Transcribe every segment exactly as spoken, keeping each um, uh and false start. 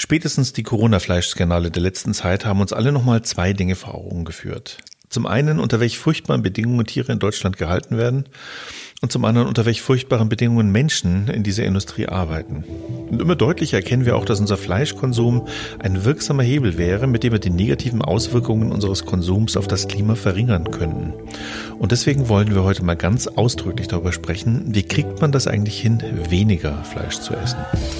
Spätestens die Corona-Fleischskandale der letzten Zeit haben uns alle nochmal zwei Dinge vor Augen geführt. Zum einen, unter welch furchtbaren Bedingungen Tiere in Deutschland gehalten werden und zum anderen, unter welch furchtbaren Bedingungen Menschen in dieser Industrie arbeiten. Und immer deutlicher erkennen wir auch, dass unser Fleischkonsum ein wirksamer Hebel wäre, mit dem wir die negativen Auswirkungen unseres Konsums auf das Klima verringern könnten. Und deswegen wollen wir heute mal ganz ausdrücklich darüber sprechen, wie kriegt man das eigentlich hin, weniger Fleisch zu essen.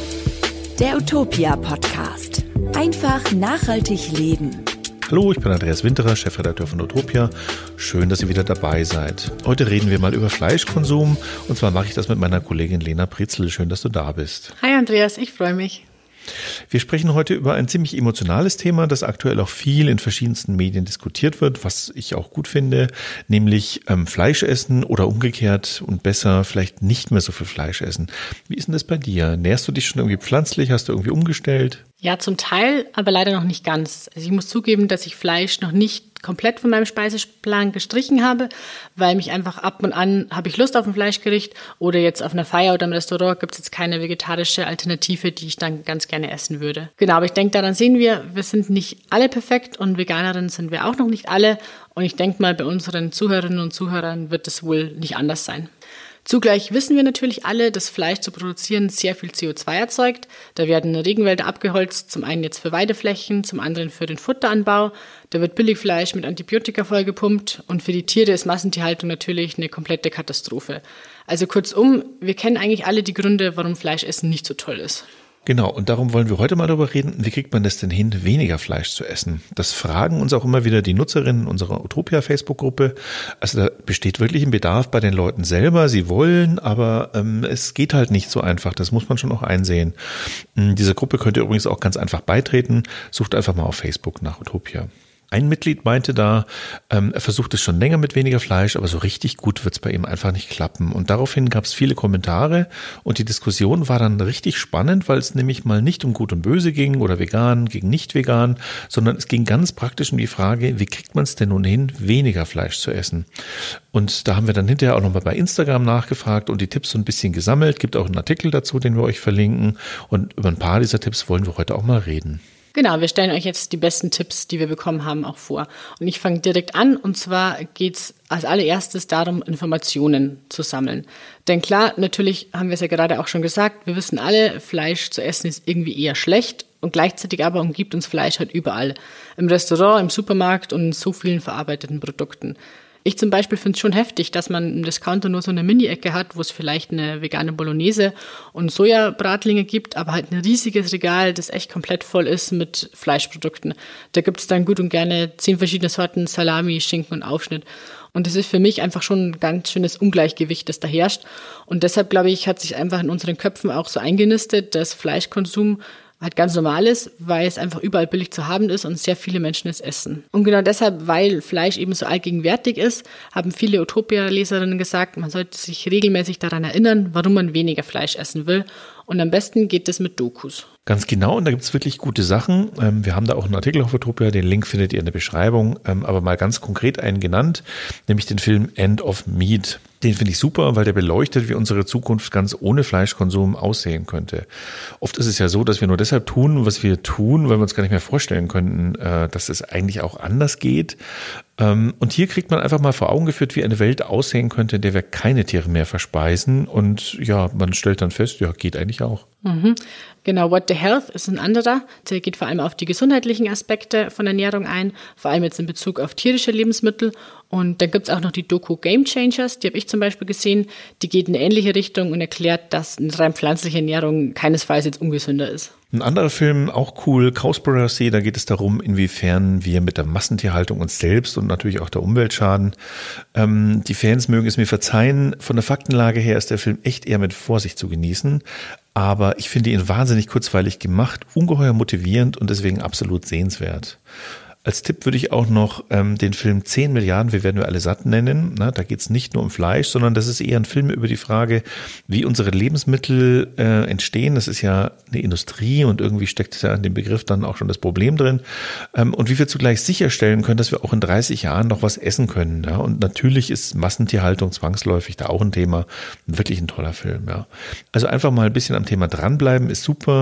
Der Utopia-Podcast. Einfach nachhaltig leben. Hallo, ich bin Andreas Winterer, Chefredakteur von Utopia. Schön, dass ihr wieder dabei seid. Heute reden wir mal über Fleischkonsum und zwar mache ich das mit meiner Kollegin Lena Pritzl. Schön, dass du da bist. Hi Andreas, ich freue mich. Wir sprechen heute über ein ziemlich emotionales Thema, das aktuell auch viel in verschiedensten Medien diskutiert wird, was ich auch gut finde, nämlich ähm, Fleisch essen oder umgekehrt und besser vielleicht nicht mehr so viel Fleisch essen. Wie ist denn das bei dir? Nährst du dich schon irgendwie pflanzlich? Hast du irgendwie umgestellt? Ja, zum Teil, aber leider noch nicht ganz. Also ich muss zugeben, dass ich Fleisch noch nicht komplett von meinem Speiseplan gestrichen habe, weil mich einfach ab und an habe ich Lust auf ein Fleischgericht oder jetzt auf einer Feier oder im Restaurant gibt es jetzt keine vegetarische Alternative, die ich dann ganz gerne essen würde. Genau, aber ich denke, daran sehen wir, wir sind nicht alle perfekt und Veganerinnen sind wir auch noch nicht alle und ich denke mal, bei unseren Zuhörerinnen und Zuhörern wird es wohl nicht anders sein. Zugleich wissen wir natürlich alle, dass Fleisch zu produzieren sehr viel C O zwei erzeugt. Da werden Regenwälder abgeholzt, zum einen jetzt für Weideflächen, zum anderen für den Futteranbau. Da wird Billigfleisch mit Antibiotika vollgepumpt und für die Tiere ist Massentierhaltung natürlich eine komplette Katastrophe. Also kurzum, wir kennen eigentlich alle die Gründe, warum Fleischessen nicht so toll ist. Genau, und darum wollen wir heute mal darüber reden, wie kriegt man das denn hin, weniger Fleisch zu essen? Das fragen uns auch immer wieder die Nutzerinnen unserer Utopia-Facebook-Gruppe. Also da besteht wirklich ein Bedarf bei den Leuten selber. Sie wollen, aber ähm, es geht halt nicht so einfach. Das muss man schon auch einsehen. Dieser Gruppe könnt ihr übrigens auch ganz einfach beitreten. Sucht einfach mal auf Facebook nach Utopia. Ein Mitglied meinte da, ähm, er versucht es schon länger mit weniger Fleisch, aber so richtig gut wird es bei ihm einfach nicht klappen. Und daraufhin gab es viele Kommentare und die Diskussion war dann richtig spannend, weil es nämlich mal nicht um Gut und Böse ging oder vegan gegen nicht vegan, sondern es ging ganz praktisch um die Frage, wie kriegt man es denn nun hin, weniger Fleisch zu essen? Und da haben wir dann hinterher auch nochmal bei Instagram nachgefragt und die Tipps so ein bisschen gesammelt. Gibt auch einen Artikel dazu, den wir euch verlinken. Und über ein paar dieser Tipps wollen wir heute auch mal reden. Genau, wir stellen euch jetzt die besten Tipps, die wir bekommen haben, auch vor. Und ich fange direkt an und zwar geht's als allererstes darum, Informationen zu sammeln. Denn klar, natürlich haben wir es ja gerade auch schon gesagt, wir wissen alle, Fleisch zu essen ist irgendwie eher schlecht und gleichzeitig aber umgibt uns Fleisch halt überall. Im Restaurant, im Supermarkt und in so vielen verarbeiteten Produkten. Ich zum Beispiel finde es schon heftig, dass man im Discounter nur so eine Mini-Ecke hat, wo es vielleicht eine vegane Bolognese und Sojabratlinge gibt, aber halt ein riesiges Regal, das echt komplett voll ist mit Fleischprodukten. Da gibt es dann gut und gerne zehn verschiedene Sorten Salami, Schinken und Aufschnitt. Und das ist für mich einfach schon ein ganz schönes Ungleichgewicht, das da herrscht. Und deshalb, glaube ich, hat sich einfach in unseren Köpfen auch so eingenistet, dass Fleischkonsum halt ganz normal ist, weil es einfach überall billig zu haben ist und sehr viele Menschen es essen. Und genau deshalb, weil Fleisch eben so allgegenwärtig ist, haben viele Utopia-Leserinnen gesagt, man sollte sich regelmäßig daran erinnern, warum man weniger Fleisch essen will. Und am besten geht es mit Dokus. Ganz genau, und da gibt es wirklich gute Sachen. Wir haben da auch einen Artikel auf Utopia, den Link findet ihr in der Beschreibung, aber mal ganz konkret einen genannt, nämlich den Film End of Meat. Den finde ich super, weil der beleuchtet, wie unsere Zukunft ganz ohne Fleischkonsum aussehen könnte. Oft ist es ja so, dass wir nur deshalb tun, was wir tun, weil wir uns gar nicht mehr vorstellen könnten, dass es eigentlich auch anders geht. Und hier kriegt man einfach mal vor Augen geführt, wie eine Welt aussehen könnte, in der wir keine Tiere mehr verspeisen. Und ja, man stellt dann fest, ja, geht eigentlich auch. Mhm. Genau, What the Health ist ein anderer. Der geht vor allem auf die gesundheitlichen Aspekte von Ernährung ein, vor allem jetzt in Bezug auf tierische Lebensmittel. Und dann gibt es auch noch die Doku Game Changers, die habe ich zum Beispiel gesehen. Die geht in eine ähnliche Richtung und erklärt, dass eine rein pflanzliche Ernährung keinesfalls jetzt ungesünder ist. Ein anderer Film, auch cool, Cowspiracy, da geht es darum, inwiefern wir mit der Massentierhaltung uns selbst und natürlich auch der Umwelt schaden. Ähm, die Fans mögen es mir verzeihen, von der Faktenlage her ist der Film echt eher mit Vorsicht zu genießen. Aber ich finde ihn wahnsinnig kurzweilig gemacht, ungeheuer motivierend und deswegen absolut sehenswert. Als Tipp würde ich auch noch ähm, den Film zehn Milliarden, wie werden wir alle satt nennen. Na, da geht es nicht nur um Fleisch, sondern das ist eher ein Film über die Frage, wie unsere Lebensmittel äh, entstehen. Das ist ja eine Industrie und irgendwie steckt ja in dem Begriff dann auch schon das Problem drin. Ähm, und wie wir zugleich sicherstellen können, dass wir auch in dreißig Jahren noch was essen können. Ja? Und natürlich ist Massentierhaltung zwangsläufig da auch ein Thema. Wirklich ein toller Film. Ja. Also einfach mal ein bisschen am Thema dranbleiben, ist super.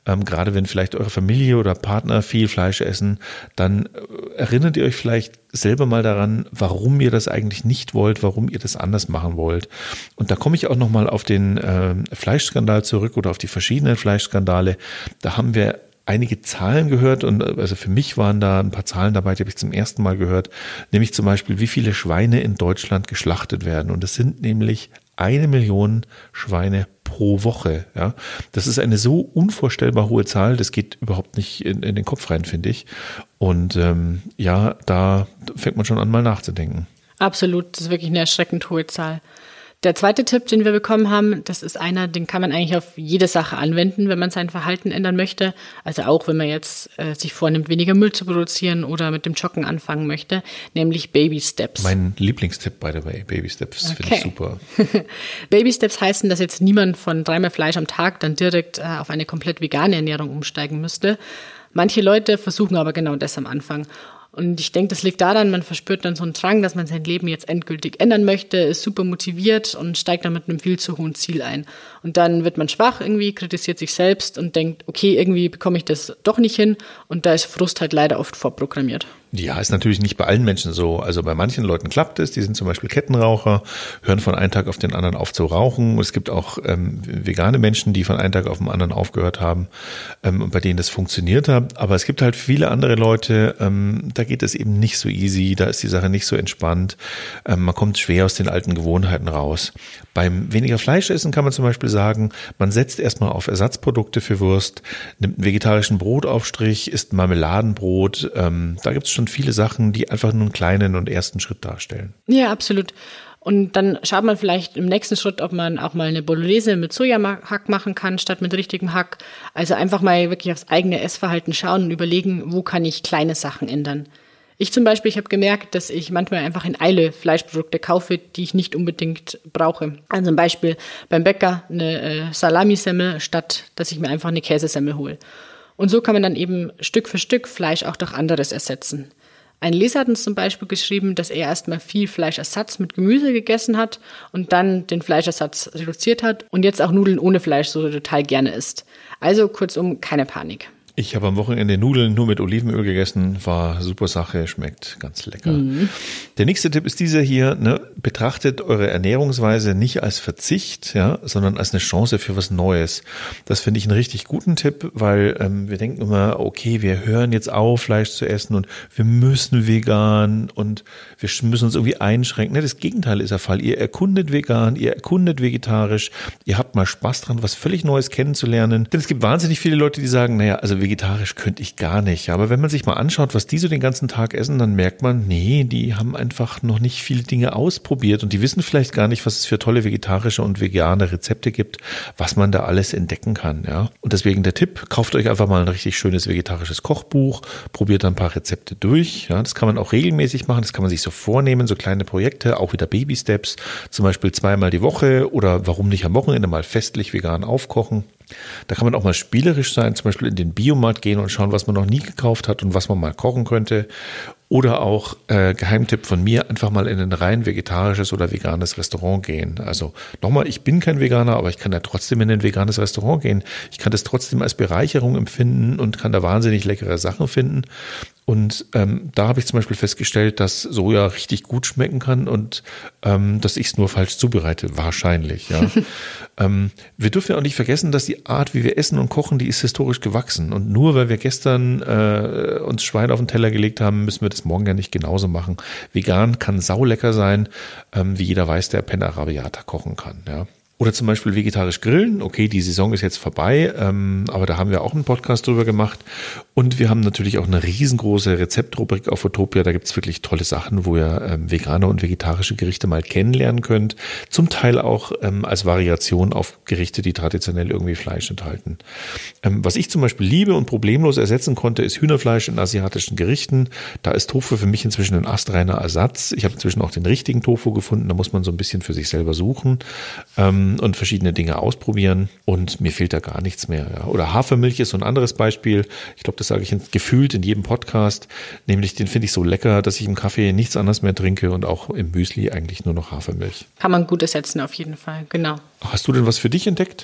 ähm, gerade wenn vielleicht eure Familie oder Partner viel Fleisch essen, dann erinnert ihr euch vielleicht selber mal daran, warum ihr das eigentlich nicht wollt, warum ihr das anders machen wollt. Und da komme ich auch nochmal auf den äh, Fleischskandal zurück oder auf die verschiedenen Fleischskandale. Da haben wir einige Zahlen gehört und also für mich waren da ein paar Zahlen dabei, die habe ich zum ersten Mal gehört, nämlich zum Beispiel, wie viele Schweine in Deutschland geschlachtet werden. Und es sind nämlich eine Million Schweine pro Woche. Ja, das ist eine so unvorstellbar hohe Zahl, das geht überhaupt nicht in, in den Kopf rein, finde ich. Und ähm, ja, da fängt man schon an, mal nachzudenken. Absolut, das ist wirklich eine erschreckend hohe Zahl. Der zweite Tipp, den wir bekommen haben, das ist einer, den kann man eigentlich auf jede Sache anwenden, wenn man sein Verhalten ändern möchte. Also auch, wenn man jetzt äh, sich vornimmt, weniger Müll zu produzieren oder mit dem Joggen anfangen möchte, nämlich Baby Steps. Mein Lieblingstipp, by the way, Baby Steps, okay. Finde ich super. Baby Steps heißen, dass jetzt niemand von dreimal Fleisch am Tag dann direkt äh, auf eine komplett vegane Ernährung umsteigen müsste. Manche Leute versuchen aber genau das am Anfang. Und ich denke, das liegt daran, man verspürt dann so einen Drang, dass man sein Leben jetzt endgültig ändern möchte, ist super motiviert und steigt dann mit einem viel zu hohen Ziel ein. Und dann wird man schwach irgendwie, kritisiert sich selbst und denkt, okay, irgendwie bekomme ich das doch nicht hin. Und da ist Frust halt leider oft vorprogrammiert. Ja, ist natürlich nicht bei allen Menschen so. Also bei manchen Leuten klappt es, die sind zum Beispiel Kettenraucher, hören von einem Tag auf den anderen auf zu rauchen. Es gibt auch ähm, vegane Menschen, die von einem Tag auf den anderen aufgehört haben ähm, und bei denen das funktioniert hat. Aber es gibt halt viele andere Leute, ähm, da geht es eben nicht so easy, da ist die Sache nicht so entspannt. Ähm, man kommt schwer aus den alten Gewohnheiten raus. Beim weniger Fleisch essen kann man zum Beispiel sagen, man setzt erstmal auf Ersatzprodukte für Wurst, nimmt einen vegetarischen Brotaufstrich, isst Marmeladenbrot. Ähm, da gibt es schon viele Sachen, die einfach nur einen kleinen und ersten Schritt darstellen. Ja, absolut. Und dann schaut man vielleicht im nächsten Schritt, ob man auch mal eine Bolognese mit Sojahack machen kann, statt mit richtigem Hack. Also einfach mal wirklich aufs eigene Essverhalten schauen und überlegen, wo kann ich kleine Sachen ändern. Ich zum Beispiel, ich habe gemerkt, dass ich manchmal einfach in Eile Fleischprodukte kaufe, die ich nicht unbedingt brauche. Also zum Beispiel beim Bäcker eine äh, Salamisemmel, statt dass ich mir einfach eine Käsesemmel hole. Und so kann man dann eben Stück für Stück Fleisch auch durch anderes ersetzen. Ein Leser hat uns zum Beispiel geschrieben, dass er erstmal viel Fleischersatz mit Gemüse gegessen hat und dann den Fleischersatz reduziert hat und jetzt auch Nudeln ohne Fleisch so total gerne isst. Also kurzum, keine Panik. Ich habe am Wochenende Nudeln nur mit Olivenöl gegessen, war super Sache, schmeckt ganz lecker. Mhm. Der nächste Tipp ist dieser hier, ne, betrachtet eure Ernährungsweise nicht als Verzicht, ja, sondern als eine Chance für was Neues. Das finde ich einen richtig guten Tipp, weil ähm, wir denken immer, okay, wir hören jetzt auf, Fleisch zu essen und wir müssen vegan und wir müssen uns irgendwie einschränken. Ne, das Gegenteil ist der Fall. Ihr erkundet vegan, ihr erkundet vegetarisch, ihr habt mal Spaß dran, was völlig Neues kennenzulernen. Denn es gibt wahnsinnig viele Leute, die sagen, naja, also vegetarisch könnte ich gar nicht. Aber wenn man sich mal anschaut, was die so den ganzen Tag essen, dann merkt man, nee, die haben einfach noch nicht viele Dinge ausprobiert und die wissen vielleicht gar nicht, was es für tolle vegetarische und vegane Rezepte gibt, was man da alles entdecken kann. Ja. Und deswegen der Tipp, kauft euch einfach mal ein richtig schönes vegetarisches Kochbuch, probiert ein paar Rezepte durch. Ja. Das kann man auch regelmäßig machen, das kann man sich so vornehmen, so kleine Projekte, auch wieder Baby Steps, zum Beispiel zweimal die Woche oder warum nicht am Wochenende mal festlich vegan aufkochen. Da kann man auch mal spielerisch sein, zum Beispiel in den Biomarkt gehen und schauen, was man noch nie gekauft hat und was man mal kochen könnte. Oder auch, äh, Geheimtipp von mir, einfach mal in ein rein vegetarisches oder veganes Restaurant gehen. Also nochmal, ich bin kein Veganer, aber ich kann ja trotzdem in ein veganes Restaurant gehen. Ich kann das trotzdem als Bereicherung empfinden und kann da wahnsinnig leckere Sachen finden. Und ähm, da habe ich zum Beispiel festgestellt, dass Soja richtig gut schmecken kann und ähm, dass ich es nur falsch zubereite, wahrscheinlich. Ja. ähm, wir dürfen ja auch nicht vergessen, dass die Art, wie wir essen und kochen, die ist historisch gewachsen. Und nur weil wir gestern äh, uns Schwein auf den Teller gelegt haben, müssen wir das morgen ja nicht genauso machen. Vegan kann saulecker sein, ähm, wie jeder weiß, der Penna Arrabbiata kochen kann. Ja. Oder zum Beispiel vegetarisch grillen. Okay, die Saison ist jetzt vorbei, ähm, aber da haben wir auch einen Podcast drüber gemacht. Und wir haben natürlich auch eine riesengroße Rezeptrubrik auf Utopia. Da gibt's wirklich tolle Sachen, wo ihr ähm, vegane und vegetarische Gerichte mal kennenlernen könnt. Zum Teil auch ähm, als Variation auf Gerichte, die traditionell irgendwie Fleisch enthalten. Ähm, was ich zum Beispiel liebe und problemlos ersetzen konnte, ist Hühnerfleisch in asiatischen Gerichten. Da ist Tofu für mich inzwischen ein astreiner Ersatz. Ich habe inzwischen auch den richtigen Tofu gefunden. Da muss man so ein bisschen für sich selber suchen. Ähm, und verschiedene Dinge ausprobieren und mir fehlt da gar nichts mehr. Ja. Oder Hafermilch ist so ein anderes Beispiel. Ich glaube, das sage ich in, gefühlt in jedem Podcast. Nämlich den finde ich so lecker, dass ich im Kaffee nichts anderes mehr trinke und auch im Müsli eigentlich nur noch Hafermilch. Kann man gut ersetzen auf jeden Fall, genau. Hast du denn was für dich entdeckt?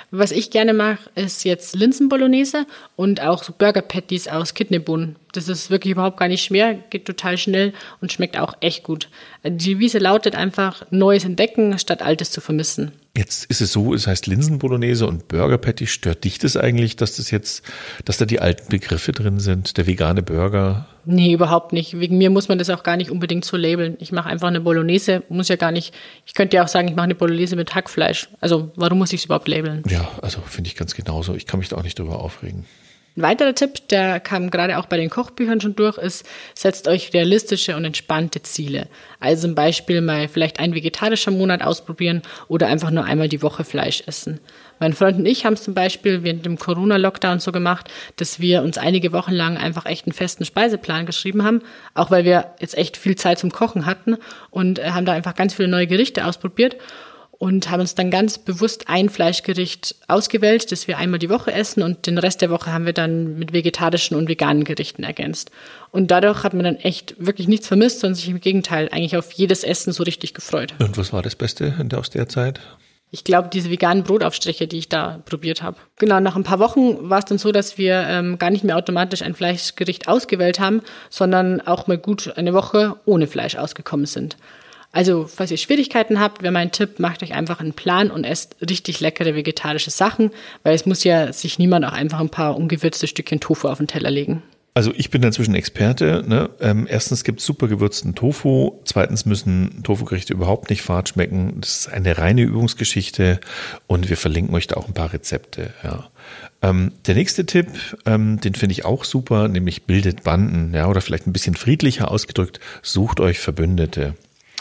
Was ich gerne mache, ist jetzt Linsen-Bolognese und auch so Burger-Patties aus Kidneybohnen. Das ist wirklich überhaupt gar nicht schwer, geht total schnell und schmeckt auch echt gut. Die Devise lautet einfach, Neues entdecken, statt Altes zu vermissen. Jetzt ist es so, es heißt Linsen-Bolognese und Burger Patty. Stört dich das eigentlich, dass das jetzt, dass da die alten Begriffe drin sind, der vegane Burger? Nee, überhaupt nicht. Wegen mir muss man das auch gar nicht unbedingt so labeln. Ich mache einfach eine Bolognese, muss ja gar nicht, ich könnte ja auch sagen, ich mache eine Bolognese mit Hackfleisch. Also warum muss ich es überhaupt labeln? Ja, also finde ich ganz genauso. Ich kann mich da auch nicht drüber aufregen. Ein weiterer Tipp, der kam gerade auch bei den Kochbüchern schon durch, ist, setzt euch realistische und entspannte Ziele. Also zum Beispiel mal vielleicht ein vegetarischer Monat ausprobieren oder einfach nur einmal die Woche Fleisch essen. Mein Freund und ich haben es zum Beispiel während dem Corona-Lockdown so gemacht, dass wir uns einige Wochen lang einfach echt einen festen Speiseplan geschrieben haben, auch weil wir jetzt echt viel Zeit zum Kochen hatten und haben da einfach ganz viele neue Gerichte ausprobiert. Und haben uns dann ganz bewusst ein Fleischgericht ausgewählt, das wir einmal die Woche essen und den Rest der Woche haben wir dann mit vegetarischen und veganen Gerichten ergänzt. Und dadurch hat man dann echt wirklich nichts vermisst, sondern sich im Gegenteil eigentlich auf jedes Essen so richtig gefreut. Und was war das Beste aus der Zeit? Ich glaube, diese veganen Brotaufstriche, die ich da probiert habe. Genau, nach ein paar Wochen war es dann so, dass wir ähm, gar nicht mehr automatisch ein Fleischgericht ausgewählt haben, sondern auch mal gut eine Woche ohne Fleisch ausgekommen sind. Also, falls ihr Schwierigkeiten habt, wäre mein Tipp, macht euch einfach einen Plan und esst richtig leckere vegetarische Sachen, weil es muss ja sich niemand auch einfach ein paar ungewürzte Stückchen Tofu auf den Teller legen. Also ich bin inzwischen Experte. Ne? Ähm, erstens gibt es super gewürzten Tofu. Zweitens müssen Tofu-Gerichte überhaupt nicht fad schmecken. Das ist eine reine Übungsgeschichte und wir verlinken euch da auch ein paar Rezepte. Ja. Ähm, der nächste Tipp, ähm, den finde ich auch super, nämlich bildet Banden. Ja, oder vielleicht ein bisschen friedlicher ausgedrückt, sucht euch Verbündete.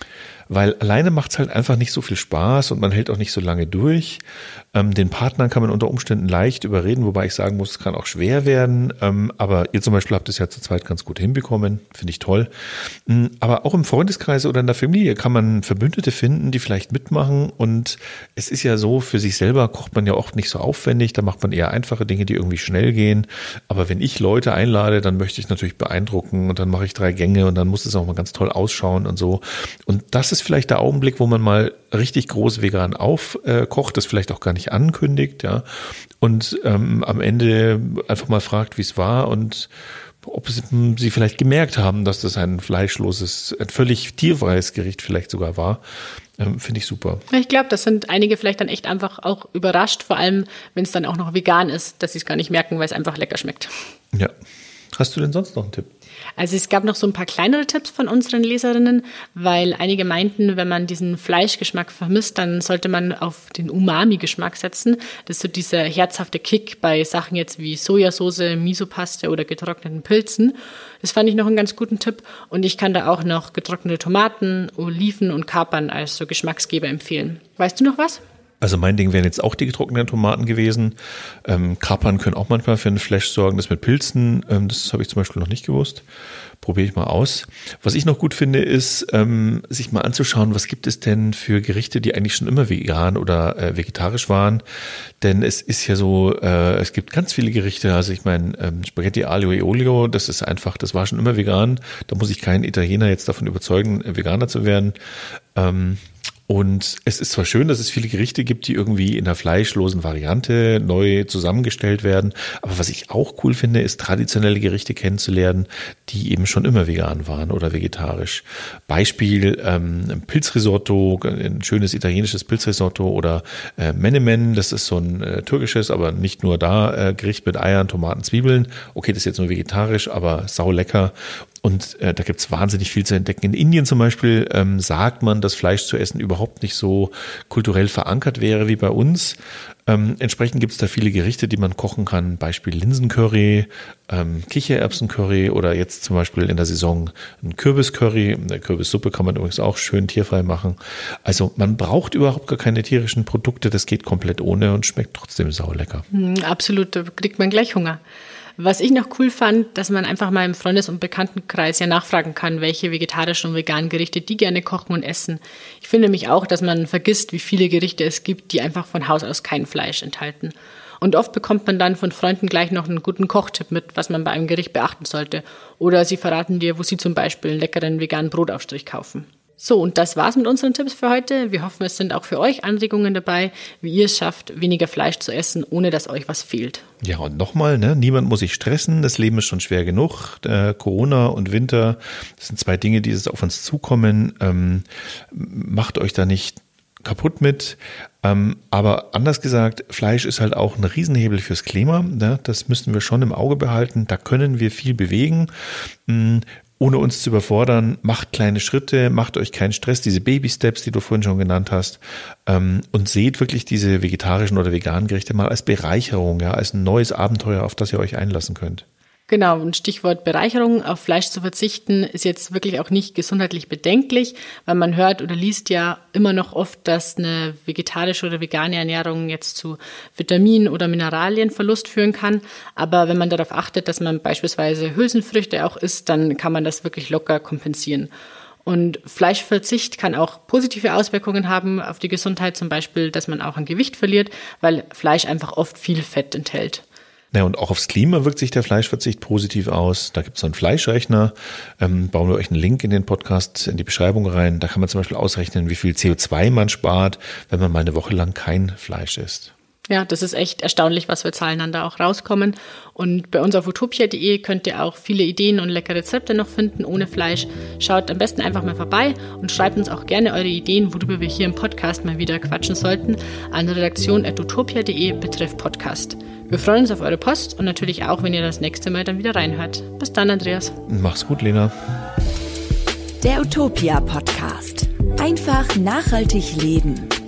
Weil alleine macht es halt einfach nicht so viel Spaß und man hält auch nicht so lange durch. Ähm, den Partner kann man unter Umständen leicht überreden, wobei ich sagen muss, es kann auch schwer werden. Ähm, aber ihr zum Beispiel habt es ja zu zweit ganz gut hinbekommen, finde ich toll. Ähm, aber auch im Freundeskreis oder in der Familie kann man Verbündete finden, die vielleicht mitmachen. Und es ist ja so, für sich selber kocht man ja oft nicht so aufwendig, da macht man eher einfache Dinge, die irgendwie schnell gehen. Aber wenn ich Leute einlade, dann möchte ich natürlich beeindrucken und dann mache ich drei Gänge und dann muss es auch mal ganz toll ausschauen und so. Und das ist vielleicht der Augenblick, wo man mal richtig groß vegan aufkocht, das vielleicht auch gar nicht ankündigt, ja, und ähm, am Ende einfach mal fragt, wie es war und ob sie vielleicht gemerkt haben, dass das ein fleischloses, ein völlig tierfreies Gericht vielleicht sogar war. Ähm, finde ich super. Ich glaube, das sind einige vielleicht dann echt einfach auch überrascht, vor allem, wenn es dann auch noch vegan ist, dass sie es gar nicht merken, weil es einfach lecker schmeckt. Ja. Hast du denn sonst noch einen Tipp? Also es gab noch so ein paar kleinere Tipps von unseren Leserinnen, weil einige meinten, wenn man diesen Fleischgeschmack vermisst, dann sollte man auf den Umami-Geschmack setzen. Das ist so dieser herzhafte Kick bei Sachen jetzt wie Sojasauce, Misopaste oder getrockneten Pilzen. Das fand ich noch einen ganz guten Tipp. Und ich kann da auch noch getrocknete Tomaten, Oliven und Kapern als so Geschmacksgeber empfehlen. Weißt du noch was? Also mein Ding wären jetzt auch die getrockneten Tomaten gewesen. Ähm, Kapern können auch manchmal für einen Flash sorgen. Das mit Pilzen, ähm, das habe ich zum Beispiel noch nicht gewusst. Probiere ich mal aus. Was ich noch gut finde, ist, ähm, sich mal anzuschauen, was gibt es denn für Gerichte, die eigentlich schon immer vegan oder äh, vegetarisch waren. Denn es ist ja so, äh, es gibt ganz viele Gerichte. Also ich meine, ähm, Spaghetti Aglio e Olio, das ist einfach, das war schon immer vegan. Da muss ich keinen Italiener jetzt davon überzeugen, Veganer zu werden. Ähm, Und es ist zwar schön, dass es viele Gerichte gibt, die irgendwie in einer fleischlosen Variante neu zusammengestellt werden, aber was ich auch cool finde, ist traditionelle Gerichte kennenzulernen, die eben schon immer vegan waren oder vegetarisch. Beispiel ähm, Pilzrisotto, ein schönes italienisches Pilzrisotto oder äh, Menemen, das ist so ein äh, türkisches, aber nicht nur da, äh, Gericht mit Eiern, Tomaten, Zwiebeln. Okay, das ist jetzt nur vegetarisch, aber sau lecker. Und äh, da gibt's wahnsinnig viel zu entdecken. In Indien zum Beispiel ähm, sagt man, dass Fleisch zu essen überhaupt nicht so kulturell verankert wäre wie bei uns. Ähm, entsprechend gibt's da viele Gerichte, die man kochen kann. Beispiel Linsencurry, ähm, Kichererbsencurry oder jetzt zum Beispiel in der Saison ein Kürbiscurry. Eine Kürbissuppe kann man übrigens auch schön tierfrei machen. Also man braucht überhaupt gar keine tierischen Produkte. Das geht komplett ohne und schmeckt trotzdem saulecker. Mm, absolut, da kriegt man gleich Hunger. Was ich noch cool fand, dass man einfach mal im Freundes- und Bekanntenkreis ja nachfragen kann, welche vegetarischen und veganen Gerichte die gerne kochen und essen. Ich finde nämlich auch, dass man vergisst, wie viele Gerichte es gibt, die einfach von Haus aus kein Fleisch enthalten. Und oft bekommt man dann von Freunden gleich noch einen guten Kochtipp mit, was man bei einem Gericht beachten sollte. Oder sie verraten dir, wo sie zum Beispiel einen leckeren veganen Brotaufstrich kaufen. So, und das war's mit unseren Tipps für heute. Wir hoffen, es sind auch für euch Anregungen dabei, wie ihr es schafft, weniger Fleisch zu essen, ohne dass euch was fehlt. Ja, und nochmal, ne, niemand muss sich stressen. Das Leben ist schon schwer genug. Äh, Corona und Winter, das sind zwei Dinge, die jetzt auf uns zukommen. Ähm, macht euch da nicht kaputt mit. Ähm, aber anders gesagt, Fleisch ist halt auch ein Riesenhebel fürs Klima. Ne? Das müssen wir schon im Auge behalten. Da können wir viel bewegen. Ähm, Ohne uns zu überfordern, macht kleine Schritte, macht euch keinen Stress, diese Baby-Steps, die du vorhin schon genannt hast, ähm, und seht wirklich diese vegetarischen oder veganen Gerichte mal als Bereicherung, ja, als ein neues Abenteuer, auf das ihr euch einlassen könnt. Genau, und Stichwort Bereicherung, auf Fleisch zu verzichten, ist jetzt wirklich auch nicht gesundheitlich bedenklich, weil man hört oder liest ja immer noch oft, dass eine vegetarische oder vegane Ernährung jetzt zu Vitamin- oder Mineralienverlust führen kann. Aber wenn man darauf achtet, dass man beispielsweise Hülsenfrüchte auch isst, dann kann man das wirklich locker kompensieren. Und Fleischverzicht kann auch positive Auswirkungen haben auf die Gesundheit, zum Beispiel, dass man auch an Gewicht verliert, weil Fleisch einfach oft viel Fett enthält. Ja, und auch aufs Klima wirkt sich der Fleischverzicht positiv aus. Da gibt es so einen Fleischrechner. Ähm, bauen wir euch einen Link in den Podcast, in die Beschreibung rein. Da kann man zum Beispiel ausrechnen, wie viel C O zwei man spart, wenn man mal eine Woche lang kein Fleisch isst. Ja, das ist echt erstaunlich, was für Zahlen dann da auch rauskommen. Und bei uns auf utopia punkt de könnt ihr auch viele Ideen und leckere Rezepte noch finden ohne Fleisch. Schaut am besten einfach mal vorbei und schreibt uns auch gerne eure Ideen, worüber wir hier im Podcast mal wieder quatschen sollten, an redaktion at utopia punkt de betreff Podcast. Wir freuen uns auf eure Post und natürlich auch, wenn ihr das nächste Mal dann wieder reinhört. Bis dann, Andreas. Mach's gut, Lena. Der Utopia Podcast. Einfach nachhaltig leben.